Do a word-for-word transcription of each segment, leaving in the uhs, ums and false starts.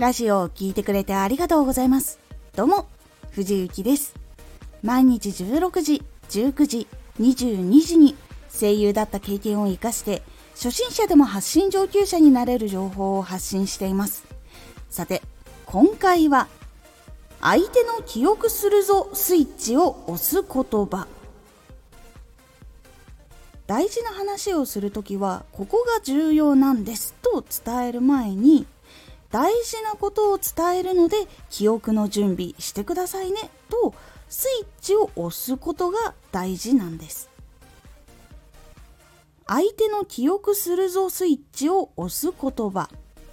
ラジオを聞いてくれてありがとうございます。どうも、藤幸です。毎日じゅうろくじ、じゅうくじ、にじゅうにじに声優だった経験を生かして初心者でも発信上級者になれる情報を発信しています。さて、今回は相手の記憶するぞスイッチを押す言葉。大事な話をするときはここが重要なんですと伝える前に、大事なことを伝えるので記憶の準備してくださいねとスイッチを押すことが大事なんです。相手の記憶するぞスイッチを押す言葉。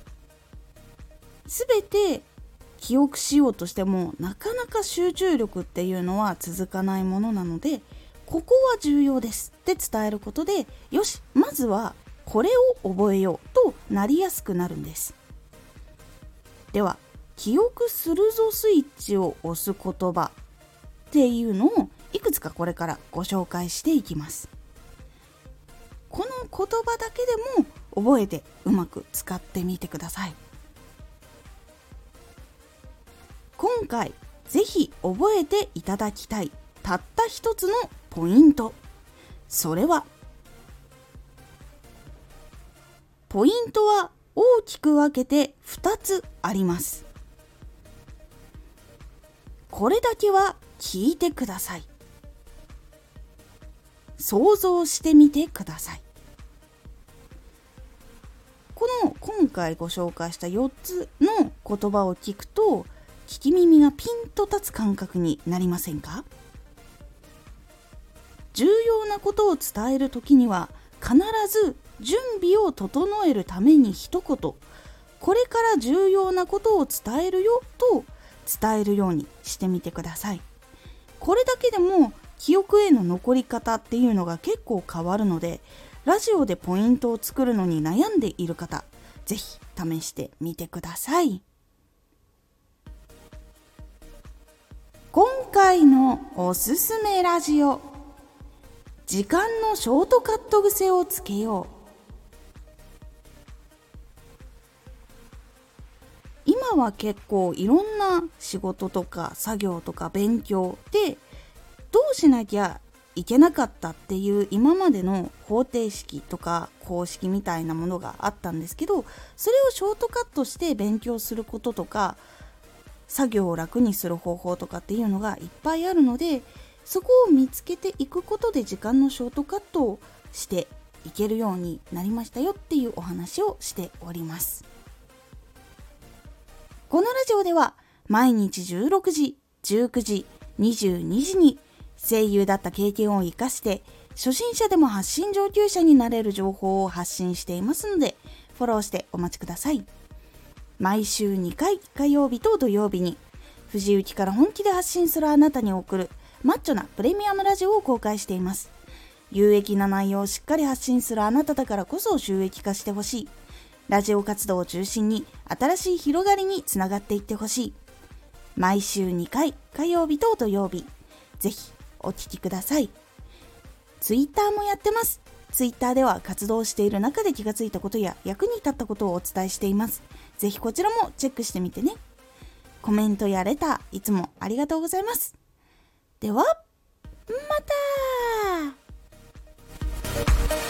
すべて記憶しようとしてもなかなか集中力っていうのは続かないものなので、ここは重要ですって伝えることで、よし、まずはこれを覚えようとなりやすくなるんです。では、記憶するぞスイッチを押す言葉っていうのをいくつかこれからご紹介していきます。この言葉だけでも覚えてうまく使ってみてください。今回ぜひ覚えていただきたいたった一つのポイント、それはポイントは大きく分けてふたつあります。これだけは聞いてください。想像してみてください。この今回ご紹介したよっつの言葉を聞くと、聞き耳がピンと立つ感覚になりませんか？重要なことを伝えるときには必ず準備を整えるために一言、これから重要なことを伝えるよと伝えるようにしてみてください。これだけでも記憶への残り方っていうのが結構変わるので、ラジオでポイントを作るのに悩んでいる方、ぜひ試してみてください。今回のおすすめラジオ、時間のショートカット癖をつけよう。今は結構いろんな仕事とか作業とか勉強でどうしなきゃいけなかったっていう今までの方程式とか公式みたいなものがあったんですけど、それをショートカットして勉強することとか作業を楽にする方法とかっていうのがいっぱいあるので、そこを見つけていくことで時間のショートカットをしていけるようになりましたよっていうお話をしております。このラジオでは毎日じゅうろくじ、じゅうくじ、にじゅうにじに声優だった経験を生かして初心者でも発信上級者になれる情報を発信していますので、フォローしてお待ちください。毎週にかい、火曜日と土曜日に藤雪から本気で発信するあなたに送るマッチョなプレミアムラジオを公開しています。有益な内容をしっかり発信するあなただからこそ収益化してほしい。ラジオ活動を中心に新しい広がりにつながっていってほしい。毎週にかい、火曜日と土曜日、ぜひお聞きください。ツイッターもやってます。ツイッターでは活動している中で気がついたことや役に立ったことをお伝えしています。ぜひこちらもチェックしてみてね。コメントやレター、いつもありがとうございます。では、また。